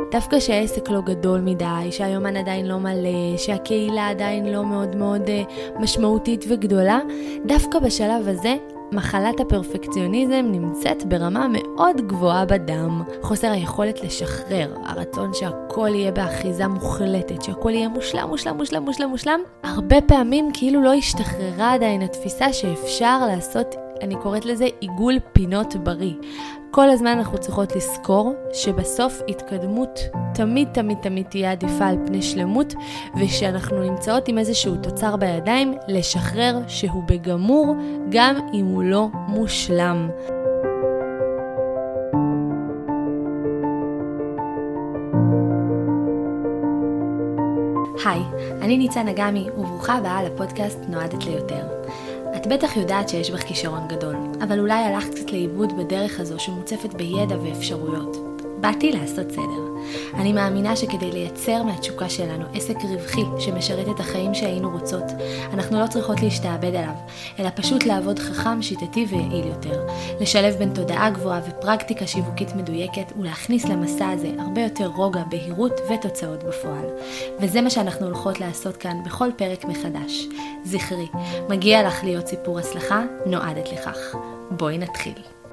דווקא שהעסק לא גדול מדי, שהיומן עדיין לא מלא, שהקהילה עדיין לא מאוד מאוד משמעותית וגדולה, דווקא בשלב הזה, מחלת הפרפקציוניזם נמצאת ברמה מאוד גבוהה בדם. חוסר היכולת לשחרר, הרצון שהכל יהיה באחיזה מוחלטת, שהכל יהיה מושלם, מושלם, מושלם, מושלם, מושלם. הרבה פעמים כאילו לא השתחררה עדיין התפיסה שאפשר לעשות, אני קוראת לזה עיגול פינות בריא. כל הזמן אנחנו צריכות לזכור שבסוף התקדמות תמיד תמיד תמיד תהיה עדיפה על פני שלמות, ושאנחנו נמצאות עם איזשהו תוצר בידיים, לשחרר שהוא בגמור גם אם הוא לא מושלם. היי, אני ניצן אגמי וברוכה הבאה לפודקאסט נועדת ליותר. את בטח יודעת שיש בך כישרון גדול, אבל אולי הלכת קצת לאיבוד בדרך הזו שמוצפת בידע ואפשרויות. באתי לעשות סדר. אני מאמינה שכדי לייצר מהתשוקה שלנו עסק רווחי שמשרת את החיים שהיינו רוצות, אנחנו לא צריכות להשתעבד עליו, אלא פשוט לעבוד חכם, שיטתי ויעיל יותר. לשלב בין תודעה גבוהה ופרקטיקה שיווקית מדויקת, ולהכניס למסע הזה הרבה יותר רוגע, בהירות ותוצאות בפועל. וזה מה שאנחנו הולכות לעשות כאן בכל פרק מחדש. זכרי, מגיע לך להיות סיפור הצלחה, נועדת לכך. בואי נתחיל.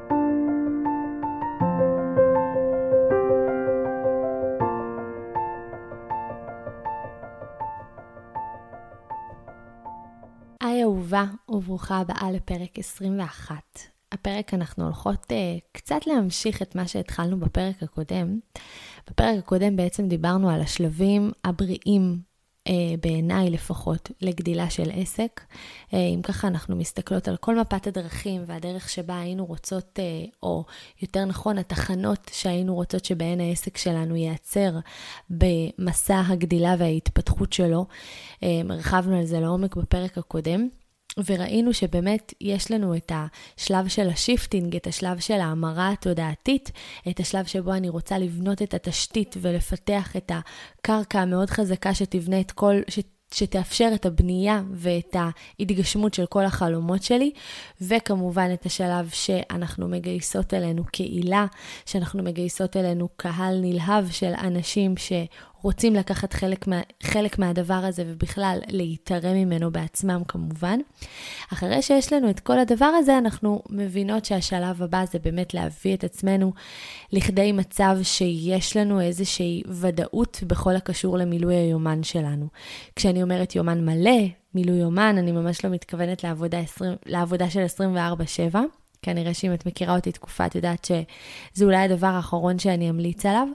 היי אהובה וברוכה הבאה לפרק 21. הפרק אנחנו הולכות קצת להמשיך את מה שהתחלנו בפרק הקודם. בפרק הקודם בעצם דיברנו על השלבים הבריאים, בעיניי לפחות, לגדילה של עסק. אם ככה אנחנו מסתכלות על כל מפת הדרכים והדרך שבה היינו רוצות, או יותר נכון התחנות שהיינו רוצות שבהן העסק שלנו ייעצר במסע הגדילה וההתפתחות שלו. הרחבנו על זה לעומק בפרק הקודם. וראינו שבאמת יש לנו את השלב של השיפטינג, את השלב של ההמרה התודעתית, את השלב שבו אני רוצה לבנות את התשתית ולפתח את הקרקע המאוד חזקה שתבנה את כל, שתאפשר את הבנייה ואת ההתגשמות של כל החלומות שלי, וכמובן את השלב שאנחנו מגייסות אלינו קהילה, שאנחנו מגייסות אלינו קהל נלהב של אנשים רוצים לקחת חלק מהדבר הזה ובכלל להתערם ממנו בעצמם כמובן. אחרי שיש לנו את כל הדבר הזה, אנחנו מבינות שהשלב הבא זה באמת להביא את עצמנו לכדי מצב שיש לנו איזושהי ודאות בכל הקשור למילוי היומן שלנו. כשאני אומרת יומן מלא, מילוי יומן, אני ממש לא מתכוונת לעבודה של 24/7. כנראה שאם את מכירה אותי תקופה, את יודעת שזה אולי הדבר האחרון שאני אמליץ עליו.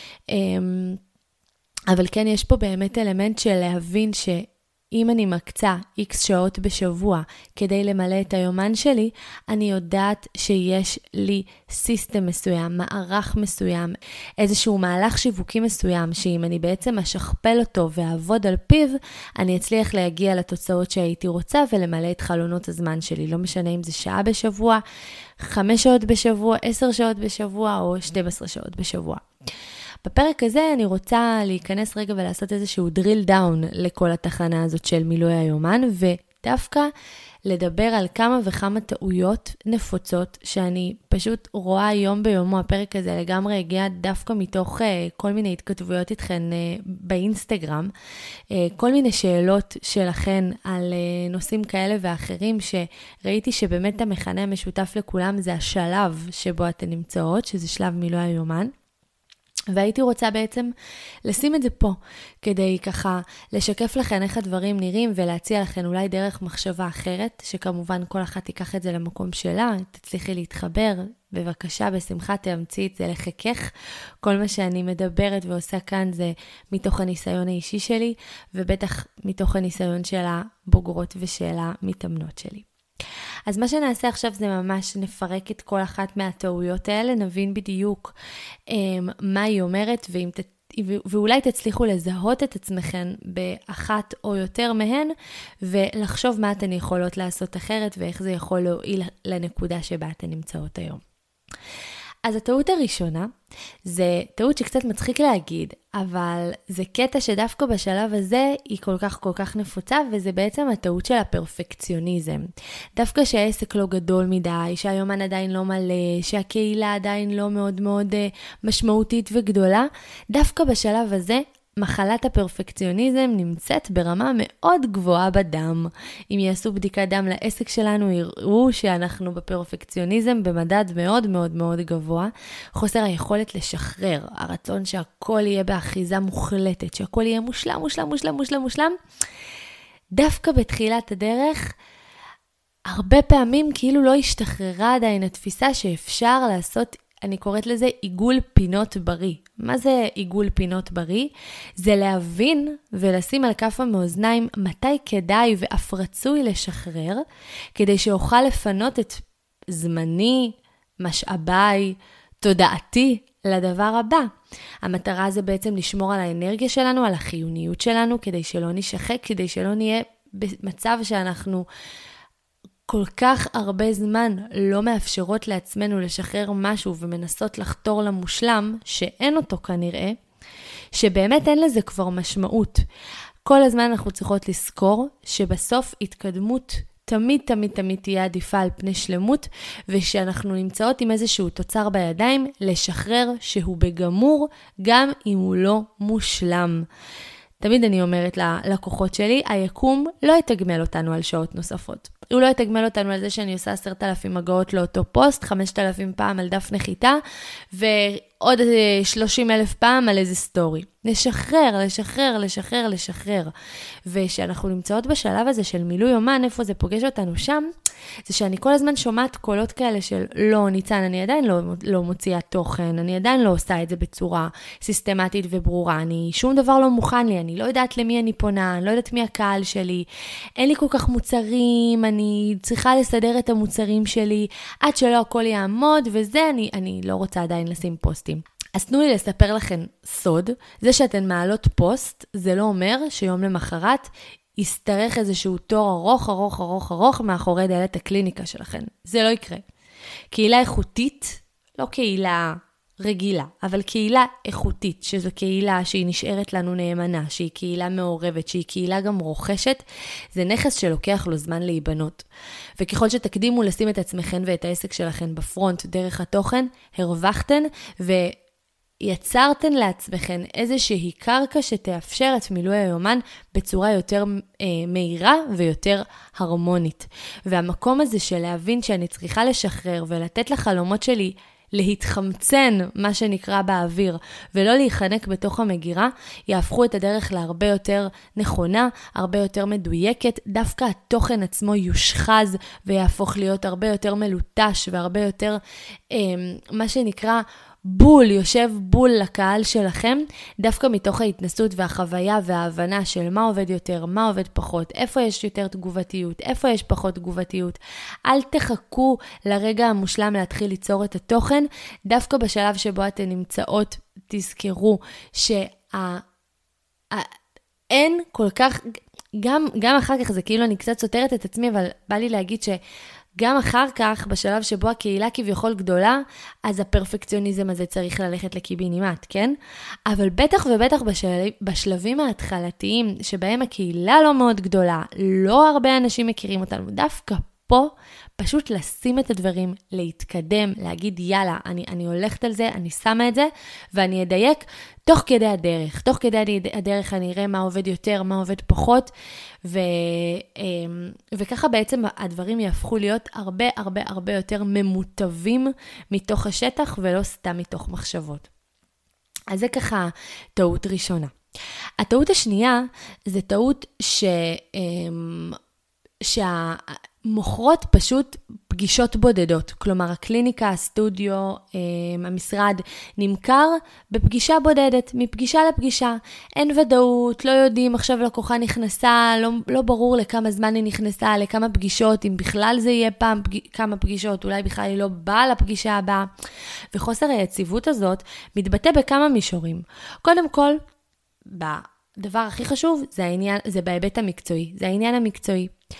אבל כן, יש פה באמת אלמנט של להבין שאם אני מקצה X שעות בשבוע כדי למלא את היומן שלי, אני יודעת שיש לי סיסטם מסוים, מערך מסוים, איזשהו מהלך שיווקי מסוים, שאם אני בעצם אשכפל אותו ואעבוד על פיו, אני אצליח להגיע לתוצאות שהייתי רוצה ולמלא את חלונות הזמן שלי. לא משנה אם זה שעה בשבוע, 5 שעות בשבוע, 10 שעות בשבוע או 12 שעות בשבוע. בפרק הזה אני רוצה להיכנס רגע ולעשות איזשהו drill down לכל התחנה הזאת של מילוי היומן, ודווקא לדבר על כמה וכמה טעויות נפוצות שאני פשוט רואה יום ביומו. הפרק הזה לגמרי הגיע דווקא מתוך כל מיני התכתבויות איתכן באינסטגרם, כל מיני שאלות שלכן על נושאים כאלה ואחרים, שראיתי שבאמת המכנה המשותף לכולם זה השלב שבו אתן נמצאות, שזה שלב מילוי היומן. והייתי רוצה בעצם לשים את זה פה, כדי ככה לשקף לכן איך הדברים נראים, ולהציע לכן אולי דרך מחשבה אחרת, שכמובן כל אחת תיקח את זה למקום שלה, תצליחי להתחבר, בבקשה, בשמחה תאמצי את זה לחכך. כל מה שאני מדברת ועושה כאן זה מתוך הניסיון האישי שלי, ובטח מתוך הניסיון של הבוגרות ושל המתאמנות שלי. אז מה שנעשה עכשיו זה ממש נפרק את כל אחת מהטעויות האלה, נבין בדיוק מה היא אומרת, ואולי תצליחו לזהות את עצמכן באחת או יותר מהן, ולחשוב מה אתן יכולות לעשות אחרת, ואיך זה יכול להועיל לנקודה שבה אתן נמצאות היום. אז הטעות הראשונה, זה טעות שקצת מצחיק להגיד, אבל זה קטע שדווקא בשלב הזה היא כל כך נפוצה, וזה בעצם הטעות של הפרפקציוניזם. דווקא שהעסק לא גדול מדי, שהיומן עדיין לא מלא, שהקהילה עדיין לא מאוד מאוד משמעותית וגדולה, דווקא בשלב הזה, מחלת הפרפקציוניזם נמצאת ברמה מאוד גבוהה בדם. אם יעשו בדיקת דם לעסק שלנו, יראו שאנחנו בפרפקציוניזם במדד מאוד מאוד מאוד גבוה. חוסר היכולת לשחרר, הרצון שהכל יהיה באחיזה מוחלטת, שהכל יהיה מושלם, מושלם, מושלם, מושלם, מושלם. דווקא בתחילת הדרך, הרבה פעמים כאילו לא השתחררה עדיין התפיסה שאפשר לעשות, אני קוראת לזה עיגול פינות בריא. מה זה עיגול פינות בריא? זה להבין ולשים על כף המאזניים מתי כדאי ואף רצוי לשחרר, כדי שאוכל לפנות את זמני, משאביי, תודעתי לדבר הבא. המטרה זה בעצם לשמור על האנרגיה שלנו, על החיוניות שלנו, כדי שלא נשחק, כדי שלא נהיה במצב שאנחנו כל כך הרבה זמן לא מאפשרות לעצמנו לשחרר משהו ומנסות לחתור למושלם, שאין אותו כנראה, שבאמת אין לזה כבר משמעות. כל הזמן אנחנו צריכות לזכור שבסוף התקדמות תמיד תהיה עדיפה על פני שלמות, ושאנחנו נמצאות עם איזשהו תוצר בידיים, לשחרר שהוא בגמור, גם אם הוא לא מושלם. תמיד אני אומרת ללקוחות שלי, היקום לא יתגמל אותנו על שעות נוספות. הוא לא יתגמל אותנו על זה שאני עושה 10,000 הגעות לאותו פוסט, 5,000 פעם על דף נחיתה, ועוד 30,000 פעם על איזה סטורי. לשחרר. ושאנחנו נמצאות בשלב הזה של מילוי יומן, איפה זה פוגש אותנו שם, זה שאני כל הזמן שומעת קולות כאלה של לא, ניצן, אני עדיין לא מוציאה תוכן, אני עדיין לא עושה את זה בצורה סיסטמטית וברורה, שום דבר לא מוכן לי, אני לא יודעת למי אני פונה, אני לא יודעת מי הקהל שלי, אין לי כל כך מוצרים, אני צריכה לסדר את המוצרים שלי, עד שלא הכל יעמוד, וזה אני לא רוצה עדיין לשים פוסטים. אז תנו לי לספר לכם סוד, זה שאתן מעלות פוסט, זה לא אומר שיום למחרת יסתרך איזשהו תור ארוך מאחורי דלת הקליניקה שלכם. זה לא יקרה. קהילה איכותית, לא קהילה רגילה, אבל קהילה איכותית, שזו קהילה שהיא נשארת לנו נאמנה, שהיא קהילה מעורבת, שהיא קהילה גם רוכשת, זה נכס שלוקח לו זמן להיבנות. וככל שתקדימו לשים את עצמכם ואת העסק שלכם בפרונט דרך התוכן, הרווחתן ויצרתן לעצמכם איזושהי קרקע שתאפשר את מילוי היומן בצורה יותר מהירה ויותר הרמונית. והמקום הזה של להבין שאני צריכה לשחרר ולתת לחלומות שלי להתחמצן, מה שנקרא באוויר, ולא להיחנק בתוך המגירה, יהפכו את הדרך להרבה יותר נכונה, הרבה יותר מדויקת, דווקא התוכן עצמו יושחז ויהפוך להיות הרבה יותר מלוטש והרבה יותר, מה שנקרא, יושב בול לקהל שלכם, דווקא מתוך ההתנסות והחוויה וההבנה של מה עובד יותר, מה עובד פחות, איפה יש יותר תגובתיות, איפה יש פחות תגובתיות. אל תחכו לרגע המושלם להתחיל ליצור את התוכן, דווקא בשלב שבו אתן נמצאות, תזכרו אין כל כך, גם אחר כך זה כאילו אני קצת סותרת את עצמי, אבל בא לי להגיד גם אחר כך, בשלב שבו הקהילה כביכול גדולה, אז הפרפקציוניזם הזה צריך ללכת לקיבינימט, כן? אבל בטח ובטח בשלבים ההתחלתיים, שבהם הקהילה לא מאוד גדולה, לא הרבה אנשים מכירים אותנו, דווקא פה, פשוט לשים את הדברים, להתקדם, להגיד יאללה, אני הולכת על זה, אני שמה את זה, ואני אדייק תוך כדי הדרך. תוך כדי הדרך אני אראה מה עובד יותר, מה עובד פחות, וככה בעצם הדברים יהפכו להיות הרבה יותר ממוטבים מתוך השטח, ולא סתם מתוך מחשבות. אז זה ככה טעות ראשונה. הטעות השנייה, זה טעות שהמוכרות פשוט פגישות בודדות. כלומר, הקליניקה, הסטודיו, המשרד נמכר בפגישה בודדת, מפגישה לפגישה. אין ודאות, לא יודעים, עכשיו לקוחה נכנסה, לא ברור לכמה זמן היא נכנסה, לכמה פגישות, אם בכלל זה יהיה פעם כמה פגישות, אולי בכלל היא לא באה לפגישה הבאה. וחוסר היציבות הזאת מתבטא בכמה מישורים. קודם כל, הדבר הכי חשוב זה בהיבט המקצועי, זה העניין המקצועי.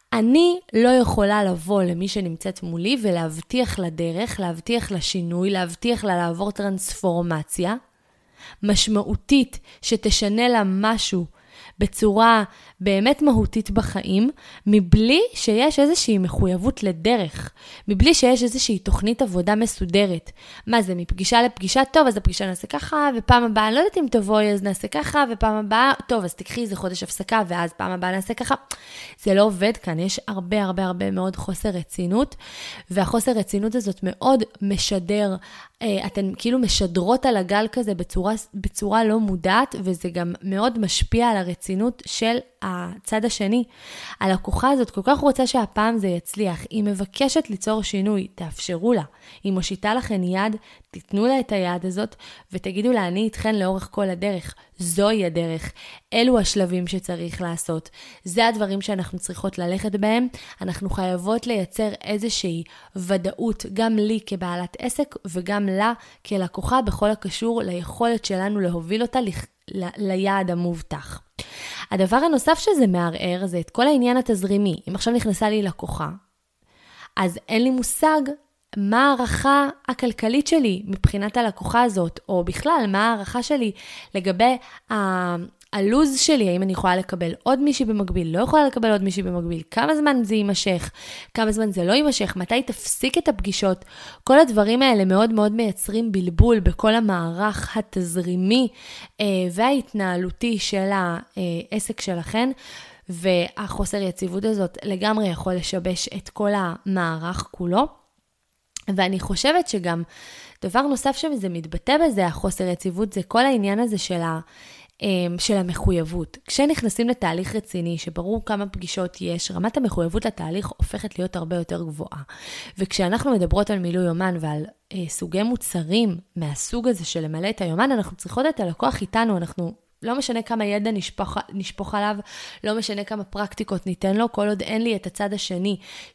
אני לא יכולה לבוא למי שנמצאת מולי ולהבטיח לדרך, להבטיח לשינוי, להבטיח לה לעבור טרנספורמציה משמעותית שתשנה לה משהו בצורה באמת מהותית בחיים, מבלי שיש איזושהי מחויבות לדרך, מבלי שיש איזושהי תוכנית עבודה מסודרת. מה זה, מפגישה לפגישה, טוב, אז הפגישה נעשה ככה, ופעם הבאה, לא יודעת אם תבואי, אז נעשה ככה, ופעם הבאה, טוב, אז תקחי איזה חודש הפסקה, ואז פעם הבאה נעשה ככה. זה לא עובד כאן, יש הרבה מאוד חוסר רצינות, והחוסר רצינות הזאת מאוד משדר, אתן כאילו משדרות על הגל כזה בצורה לא מודעת, וזה גם מאוד משפיע על הרצינות של הצד השני. הלקוחה הזאת כל כך רוצה שהפעם זה יצליח. היא מבקשת ליצור שינוי, תאפשרו לה. היא מושיטה לכן יד, תיתנו לה את היד הזאת, ותגידו לה, אני איתכן לאורך כל הדרך. זוהי הדרך. אלו השלבים שצריך לעשות. זה הדברים שאנחנו צריכות ללכת בהם. אנחנו חייבות לייצר איזושהי ודאות, גם לי כבעלת עסק, וגם לה כלקוחה, בכל הקשור ליכולת שלנו להוביל אותה ליעד המובטח. הדבר הנוסף שזה מערער זה את כל העניין התזרימי. אם עכשיו נכנסה לי לקוחה, אז אין לי מושג מה הערכה הכלכלית שלי מבחינת הלקוחה הזאת, או בכלל מה הערכה שלי לגבי הלוז שלי, האם אני יכולה לקבל עוד מישהי במקביל, לא יכולה לקבל עוד מישהי במקביל, כמה זמן זה יימשך, כמה זמן זה לא יימשך, מתי תפסיק את הפגישות. כל הדברים האלה מאוד מייצרים בלבול בכל המערך התזרימי וההתנהלותי של העסק שלכן, והחוסר יציבות הזאת לגמרי יכול לשבש את כל המערך כולו. ואני חושבת שגם דבר נוסף שזה מתבטא בזה, החוסר יציבות, זה כל העניין הזה של המחויבות. כשנכנסים לתהליך רציני, שברור כמה פגישות יש, רמת המחויבות לתהליך הופכת להיות הרבה יותר גבוהה. וכשאנחנו מדברות על מילוי יומן ועל סוגי מוצרים מהסוג הזה של למלא את היומן, אנחנו צריכות את הלקוח איתנו, אנחנו לא משנה כמה ידע נשפוך עליו, לא משנה כמה פרקטיקות ניתן לו, כל עוד אין לי את הצד השני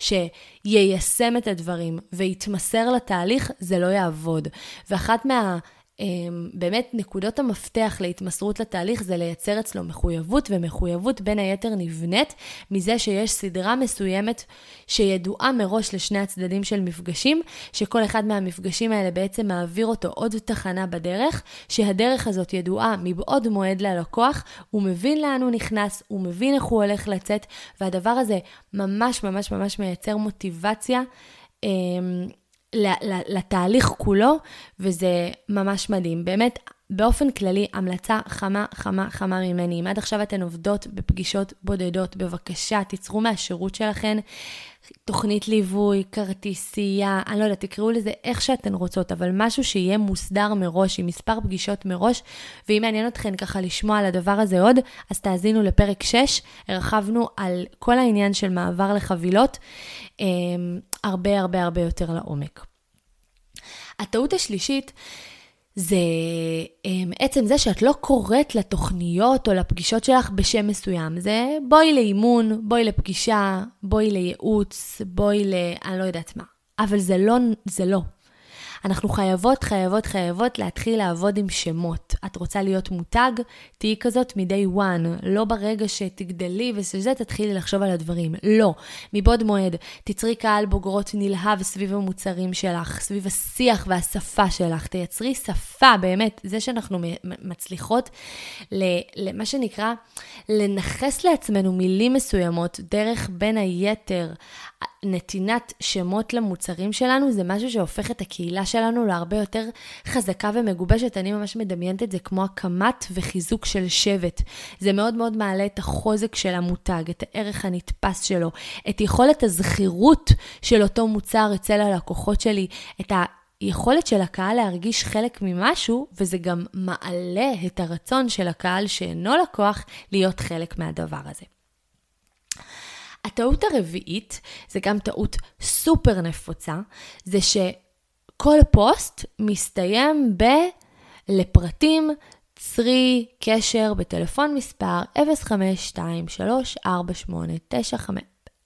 שיישם את הדברים ויתמסר לתהליך, זה לא יעבוד. ואחת באמת נקודות המפתח להתמסרות לתהליך זה לייצר אצלו מחויבות, ומחויבות בין היתר נבנית מזה שיש סדרה מסוימת שידועה מראש לשני הצדדים של מפגשים, שכל אחד מהמפגשים האלה בעצם מעביר אותו עוד תחנה בדרך, שהדרך הזאת ידועה מבעוד מועד ללקוח, הוא מבין לאן הוא נכנס, הוא מבין איך הוא הולך לצאת, והדבר הזה ממש מייצר מוטיבציה לתהליך כולו, וזה ממש מדהים. באמת, באופן כללי, המלצה חמה ממני. אם עד עכשיו אתן עובדות בפגישות בודדות, בבקשה, תיצרו מהשירות שלכן תוכנית ליווי, כרטיסייה, אני לא יודעת, תקראו לזה איך שאתן רוצות, אבל משהו שיהיה מוסדר מראש, עם מספר פגישות מראש, ואם מעניין אתכן ככה לשמוע על הדבר הזה עוד, אז תאזינו לפרק 6, הרחבנו על כל העניין של מעבר לחבילות, הרבה יותר לעומק. הטעות השלישית, זה עצם זה שאת לא קוראת לתוכניות או לפגישות שלך בשם מסוים. זה בואי לאימון, בואי לפגישה, בואי לייעוץ, אני לא יודעת מה. אבל זה לא. אנחנו חייבות להתחיל לעבוד עם שמות. את רוצה להיות מותג? תהי כזאת מ-day one. לא ברגע שתגדלי ושזה תתחילי לחשוב על הדברים. לא. מבעוד מועד, תצרי קהל בוגרות נלהב סביב המוצרים שלך, סביב השיח והשפה שלך. תייצרי שפה, באמת. זה שאנחנו מצליחות למה שנקרא, לנחס לעצמנו מילים מסוימות, דרך בין היתר, נתינת שמות למוצרים שלנו, זה משהו שהופך את הקהילה שלנו להרבה יותר חזקה ומגובשת. אני ממש מדמיינת את זה כמו הקמת וחיזוק של שבט. זה מאוד מעלה את החוזק של המותג, את הערך הנתפס שלו, את יכולת הזכירות של אותו מוצר אצל הלקוחות שלי, את היכולת של הקהל להרגיש חלק ממשהו, וזה גם מעלה את הרצון של הקהל שאינו לקוח להיות חלק מהדבר הזה. הטעות הרביעית, זה גם טעות סופר נפוצה, זה שכל פוסט מסתיים לפרטים, צרי קשר בטלפון מספר 05234895.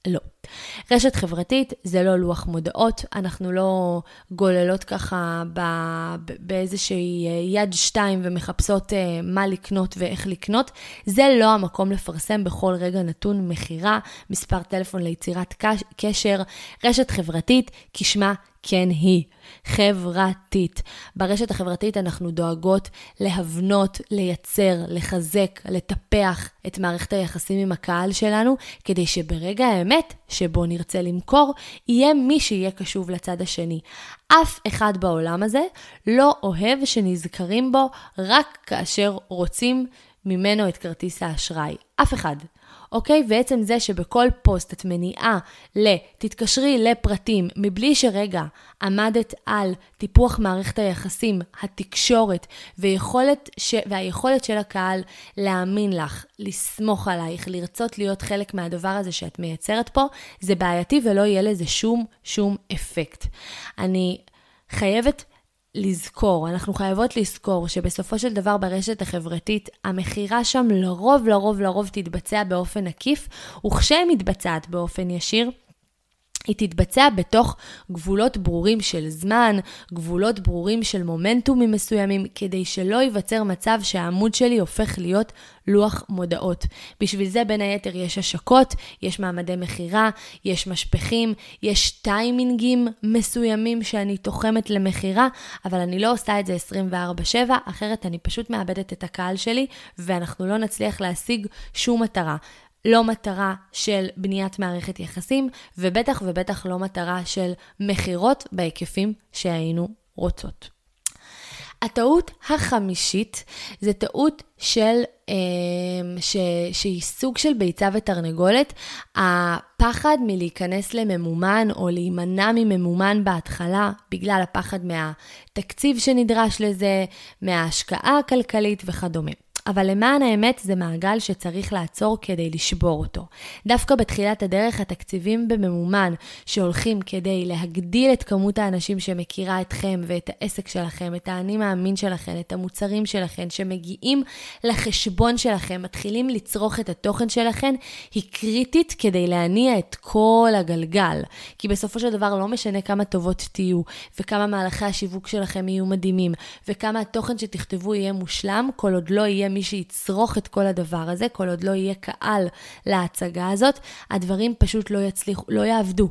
לא. רשת חברתית זה לא לוח מודעות, אנחנו לא גוללות ככה באיזושהי יד שתיים ומחפשות מה לקנות ואיך לקנות. זה לא המקום לפרסם בכל רגע נתון מחירה, מספר טלפון ליצירת קשר. רשת חברתית כשמה כן היא, חברתית. ברשת החברתית אנחנו דואגות להבנות, לייצר, לחזק, לטפח את מערכת היחסים עם הקהל שלנו, כדי שברגע האמת שבו נרצה למכור, יהיה מי שיהיה קשוב לצד השני. אף אחד בעולם הזה לא אוהב שנזכרים בו רק כאשר רוצים ממנו את כרטיס האשראי. אף אחד. אוקיי? ועצם זה שבכל פוסט את מניעה תתקשרי לפרטים, מבלי שרגע עמדת על טיפוח מערכת היחסים, התקשורת, והיכולת של הקהל להאמין לך, לסמוך עלייך, לרצות להיות חלק מהדבר הזה שאת מייצרת פה, זה בעייתי ולא יהיה לזה שום אפקט. אני חייבת אנחנו חייבות לזכור שבסופו של דבר ברשת החברתית, המחירה שם לרוב תתבצע באופן עקיף, וכשהיא מתבצעת באופן ישיר, היא תתבצע בתוך גבולות ברורים של זמן, גבולות ברורים של מומנטומים מסוימים, כדי שלא ייווצר מצב שהעמוד שלי הופך להיות לוח מודעות. בשביל זה בין היתר יש השקות, יש מעמדי מחירה, יש משפחים, יש טיימינגים מסוימים שאני תוחמת למחירה, אבל אני לא עושה את זה 24/7, אחרת אני פשוט מאבדת את הקהל שלי, ואנחנו לא נצליח להשיג שום מטרה. לא מטרה של בניית מערכת יחסים, ובטח לא מטרה של מחירות בהיקפים שהיינו רוצות. הטעות החמישית זה טעות שהיא סוג של ביצה ותרנגולת, הפחד מלהיכנס לממומן או להימנע מממומן בהתחלה, בגלל הפחד מהתקציב שנדרש לזה, מההשקעה הכלכלית וכדומה. אבל למען האמת זה מעגל שצריך לעצור כדי לשבור אותו. דווקא בתחילת הדרך התקציבים בממומן שהולכים כדי להגדיל את כמות האנשים שמכירה אתכם ואת העסק שלכם, את האני מאמין שלכם, את המוצרים שלכם, שמגיעים לחשבון שלכם, מתחילים לצרוך את התוכן שלכם, היא קריטית כדי להניע את כל הגלגל. כי בסופו של דבר לא משנה כמה טובות תהיו, וכמה מהלכי השיווק שלכם יהיו מדהימים, וכמה התוכן שתכתבו יהיה מושלם, כל עוד לא יהיה מי שיצרוך את כל הדבר הזה, כל עוד לא יהיה קהל להצגה הזאת, הדברים פשוט לא יעבדו.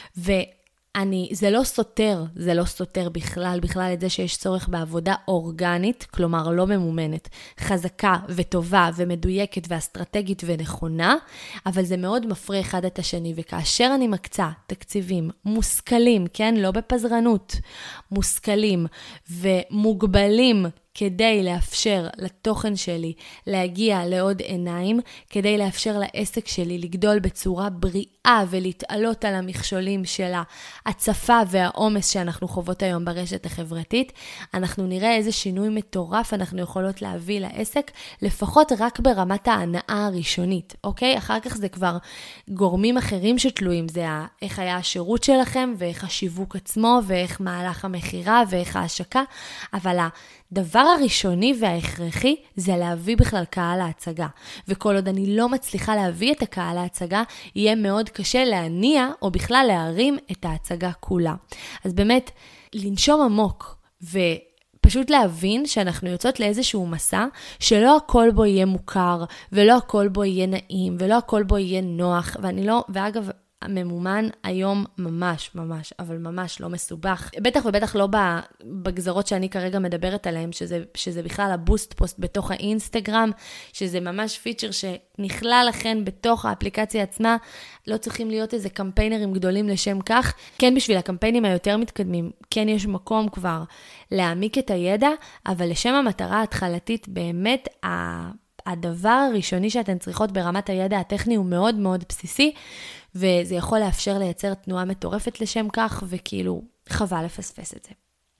זה לא סותר בכלל את זה שיש צורך בעבודה אורגנית, כלומר לא ממומנת, חזקה וטובה ומדויקת ואסטרטגית ונכונה, אבל זה מאוד מפריע אחד את השני, וכאשר אני מקצה תקציבים מושכלים, כן? לא בפזרנות, מושכלים ומוגבלים, כדי לאפשר לתוכן שלי להגיע לעוד עיניים, כדי לאפשר לעסק שלי לגדול בצורה בריאה ולהתעלות על המכשולים של ההצפה והעומס שאנחנו חוות היום ברשת החברתית, אנחנו נראה איזה שינוי מטורף אנחנו יכולות להביא לעסק, לפחות רק ברמת ההנאה הראשונית, אוקיי? אחר כך זה כבר גורמים אחרים שתלויים, זה איך היה השירות שלכם ואיך השיווק עצמו ואיך מהלך המחירה ואיך ההשקה, אבל הדבר הראשוני וההכרחי זה להביא בכלל קהל להצגה. וכל עוד אני לא מצליחה להביא את הקהל להצגה, יהיה מאוד קשה להניע או בכלל להרים את ההצגה כולה. אז באמת, לנשום עמוק ופשוט להבין שאנחנו יוצאות לאיזשהו מסע שלא הכל בו יהיה מוכר, ולא הכל בו יהיה נעים, ולא הכל בו יהיה נוח, ואגב, הממומן היום ממש, אבל ממש לא מסובך. בטח לא בגזרות שאני כרגע מדברת עליהם, שזה בכלל הבוסט פוסט בתוך האינסטגרם, שזה ממש פיצ'ר שנכלל לכן בתוך האפליקציה עצמה, לא צריכים להיות איזה קמפיינרים גדולים לשם כך. כן, בשביל הקמפיינים היותר מתקדמים, כן יש מקום כבר להעמיק את הידע, אבל לשם המטרה ההתחלתית באמת הדבר הראשוני שאתן צריכות ברמת הידע הטכני הוא מאוד מאוד בסיסי, וזה יכול לאפשר לייצר תנועה מטורפת לשם כך, וכאילו חבל לפספס את זה.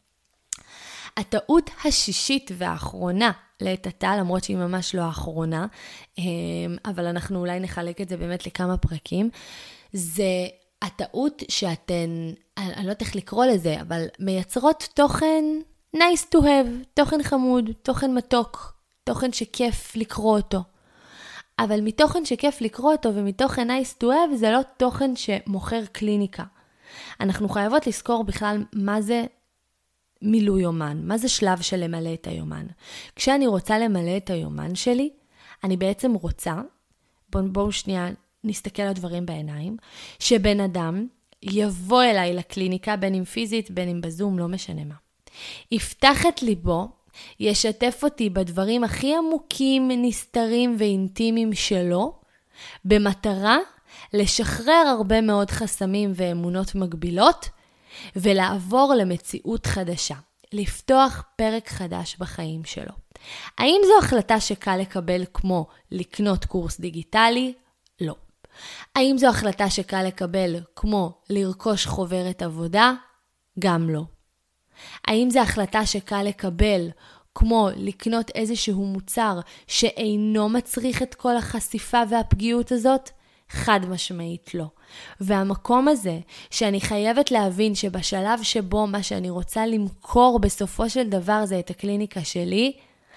הטעות השישית והאחרונה לעת עתה, למרות שהיא ממש לא האחרונה, אבל אנחנו אולי נחלק את זה באמת לכמה פרקים, זה הטעות שאתן, אני לא יודעת איך לקרוא לזה, אבל מייצרות תוכן nice to have, תוכן חמוד, תוכן מתוק, תוכן שכיף לקרוא אותו. אבל מתוכן שכיף לקרוא אותו ומתוכן nice to have, זה לא תוכן שמוכר קליניקה. אנחנו חייבות לזכור בכלל מה זה מילוי יומן, מה זה שלב של למלא את היומן. כשאני רוצה למלא את היומן שלי, אני בעצם רוצה, בואו שנייה נסתכל על דברים בעיניים, שבן אדם יבוא אליי לקליניקה, בין אם פיזית, בין אם בזום, לא משנה מה. יפתח את ליבו, ישתף אותי בדברים הכי עמוקים, נסתרים ואינטימיים שלו, במטרה לשחרר הרבה מאוד חסמים ואמונות מגבילות, ולעבור למציאות חדשה, לפתוח פרק חדש בחיים שלו. האם זו החלטה שקל לקבל כמו לקנות קורס דיגיטלי? לא. האם זו החלטה שקל לקבל כמו לרכוש חוברת עבודה? גם לא. האם זו החלטה שקל לקבל כמו לקנות איזשהו מוצר שאינו מצריך את כל החשיפה והפגיעות הזאת? חד משמעית לא. והמקום הזה שאני חייבת להבין שבשלב שבו מה שאני רוצה למכור בסופו של דבר זה את הקליניקה שלי,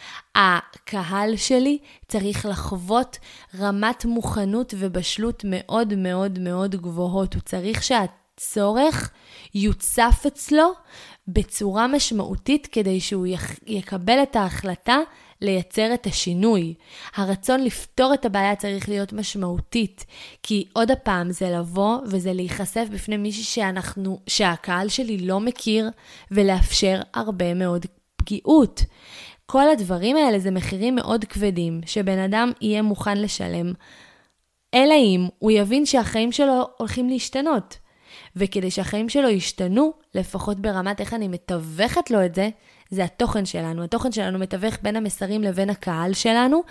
הקהל שלי צריך לחוות רמת מוכנות ובשלות מאוד מאוד מאוד גבוהות. הוא צריך שהצורך יוצף אצלו בצורה משמעותית כדי שהוא יקבל את ההחלטה לייצר את השינוי. הרצון לפתור את הבעיה צריך להיות משמעותית, כי עוד הפעם זה לבוא וזה להיחשף בפני מישהי שהקהל שלי לא מכיר ולאפשר הרבה מאוד פגיעות. כל הדברים האלה זה מחירים מאוד כבדים שבן אדם יהיה מוכן לשלם, אלא אם הוא יבין שהחיים שלו הולכים להשתנות. וכדי שהחיים שלו ישתנו, לפחות ברמת איך אני מתווכת לו את זה, זה התוכן שלנו. התוכן שלנו מתווך בין המסרים לבין הקהל שלנו,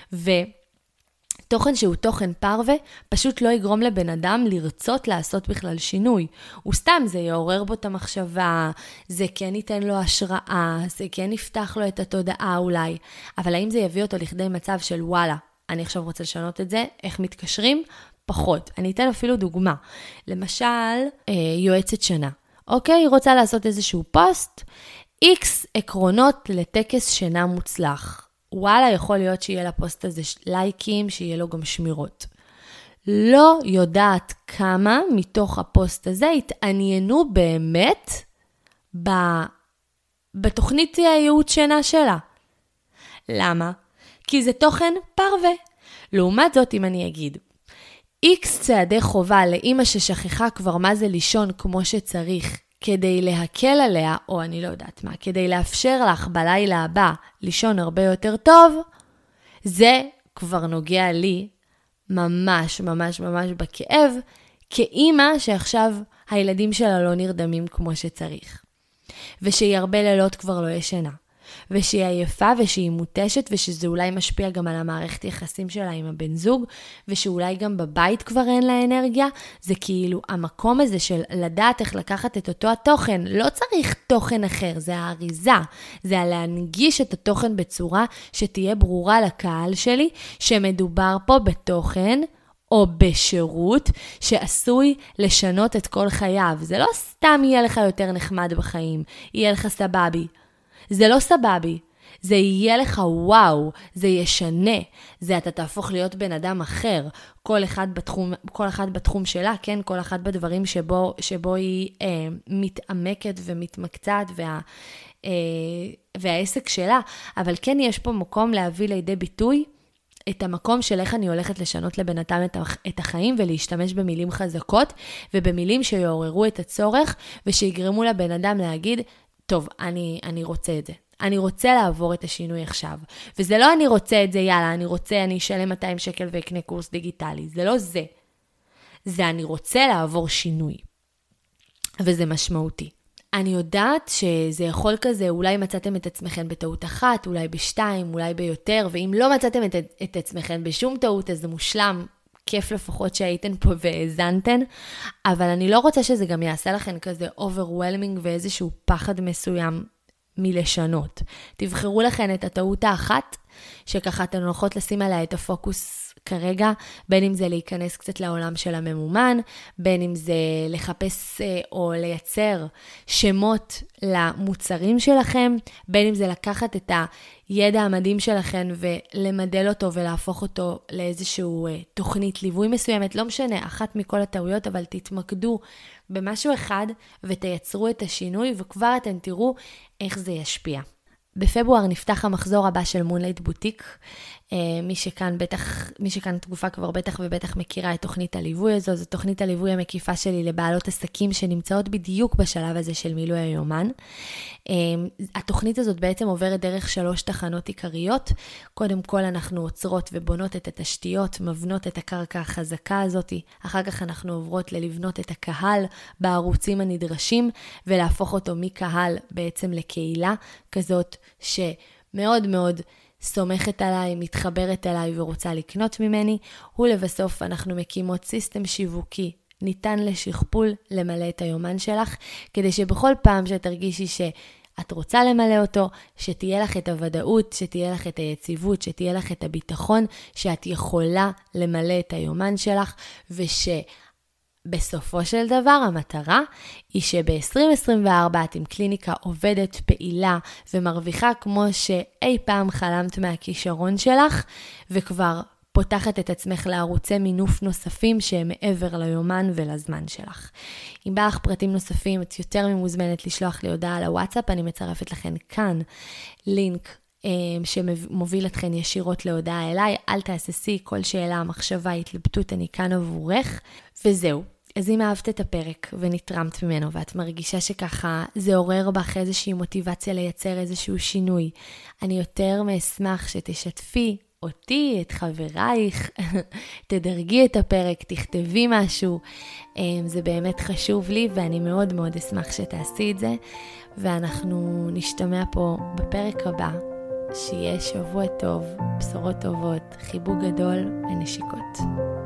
ותוכן שהוא תוכן פרווה, פשוט לא יגרום לבן אדם לרצות לעשות בכלל שינוי. הוא סתם, זה יעורר בו את המחשבה, זה כן ייתן לו השראה, זה כן יפתח לו את התודעה אולי, אבל האם זה יביא אותו לכדי מצב של וואלה, אני עכשיו רוצה לשנות את זה, איך מתקשרים? פחות. אני אתן אפילו דוגמה. למשל, יועצת שנה. אוקיי, היא רוצה לעשות איזשהו פוסט, X עקרונות לטקס שינה מוצלח. וואלה, יכול להיות שיהיה לפוסט הזה לייקים, שיהיה לו גם שמירות. לא יודעת כמה מתוך הפוסט הזה התעניינו באמת בתוכנית הייעוץ שינה שלה. למה? כי זה תוכן פרווה. לעומת זאת, אם אני אגיד, X צעדי חובה לאמא ששכחה כבר מה זה לישון כמו שצריך, כדי להקל עליה, או אני לא יודעת מה, כדי לאפשר לך בלילה הבא לישון הרבה יותר טוב, זה כבר נוגע לי ממש ממש ממש בכאב, כאמא שעכשיו הילדים שלה לא נרדמים כמו שצריך. ושהיא הרבה לילות כבר לא ישנה. ושהיא עייפה ושהיא מוטשת, ושזה אולי משפיע גם על המערכת יחסים שלה עם הבן זוג, ושאולי גם בבית כבר אין לה אנרגיה. זה כאילו המקום הזה של לדעת איך לקחת את אותו התוכן. לא צריך תוכן אחר, זה האריזה. זה להנגיש את התוכן בצורה שתהיה ברורה לקהל שלי, שמדובר פה בתוכן או בשירות שעשוי לשנות את כל חייו. זה לא סתם יהיה לך יותר נחמד בחיים, יהיה לך סבבי. זה לא סבבי, זה יהיה לך וואו, זה ישנה, זה אתה תהפוך להיות בן אדם אחר, כל אחד בתחום שלה, כן, כל אחד בדברים שבו היא מתעמקת ומתמקצעת והעסק שלה, אבל כן יש פה מקום להביא לידי ביטוי את המקום של איך אני הולכת לשנות לבן אדם את החיים ולהשתמש במילים חזקות ובמילים שיעוררו את הצורך ושיגרמו לבן אדם להגיד, טוב, אני רוצה את זה. אני רוצה לעבור את השינוי עכשיו. וזה לא אני רוצה את זה, יאללה, אני אשלם 200 שקל ויקנה קורס דיגיטלי. זה לא זה. זה אני רוצה לעבור שינוי. וזה משמעותי. אני יודעת שזה יכול כזה, אולי מצאתם את עצמכם בטעות אחת, אולי בשתיים, אולי ביותר, ואם לא מצאתם את עצמכם בשום טעות, אז זה מושלם. כיף לפחות שהייתן פה והאזנתן, אבל אני לא רוצה שזה גם יעשה לכם כזה overwhelming ואיזשהו פחד מסוים מלשנות. תבחרו לכם את הטעות האחת, שככה אתן הולכות לשים עליה את הפוקוס כרגע, בין אם זה להיכנס קצת לעולם של הממומן, בין אם זה לחפש או לייצר שמות למוצרים שלכם, בין אם זה לקחת את הידע המדהים שלכם ולמדל אותו ולהפוך אותו לאיזשהו תוכנית ליווי מסוימת, לא משנה, אחת מכל הטעויות, אבל תתמקדו במשהו אחד ותייצרו את השינוי, וכבר אתם תראו איך זה ישפיע. בפברואר נפתח המחזור הבא של מונלייט בוטיק. מי שכאן תגופה כבר בטח ובטח מכירה את תוכנית הליווי הזו. זו תוכנית הליווי המקיפה שלי לבעלות עסקים שנמצאות בדיוק בשלב הזה של מילוי היומן. התוכנית הזאת בעצם עוברת דרך 3 תחנות עיקריות. קודם כל אנחנו עוצרות ובונות את התשתיות, מבנות את הקרקע החזקה הזאת. אחר כך אנחנו עוברות ללבנות את הקהל בערוצים הנדרשים, ולהפוך אותו מקהל בעצם לקהילה כזאת שמאוד מאוד סומכת עליי, מתחברת עליי ורוצה לקנות ממני. ולבסוף אנחנו מקימות סיסטם שיווקי ניתן לשכפול למלא את היומן שלך, כדי שבכל פעם שתרגישי שאת רוצה למלא אותו, שתהיה לך את הוודאות, שתהיה לך את היציבות, שתהיה לך את הביטחון, שאת יכולה למלא את היומן שלך, בסופו של דבר המטרה היא שב-2024 את עם קליניקה עובדת, פעילה ומרוויחה כמו שאי פעם חלמת מהכישרון שלך, וכבר פותחת את עצמך לערוצי מינוף נוספים שהם מעבר ליומן ולזמן שלך. אם בא לך פרטים נוספים, את יותר ממוזמנת לשלוח לי הודעה על הוואטסאפ, אני מצרפת לכם כאן לינק שמוביל אתכן ישירות להודעה אליי. אל תעשי, כל שאלה, מחשבה, התלבטות, אני כאן עבורך. וזהו. אז אם אהבת את הפרק ונתרמת ממנו, ואת מרגישה שככה זה עורר בך איזושהי מוטיבציה לייצר איזשהו שינוי, אני יותר מאשמח שתשתפי אותי, את חברייך, תדרגי את הפרק, תכתבי משהו. זה באמת חשוב לי, ואני מאוד מאוד אשמח שתעשי את זה. ואנחנו נשתמע פה בפרק הבא. שיהיה שבוע טוב, בשורות טובות, חיבוק גדול ונשיקות.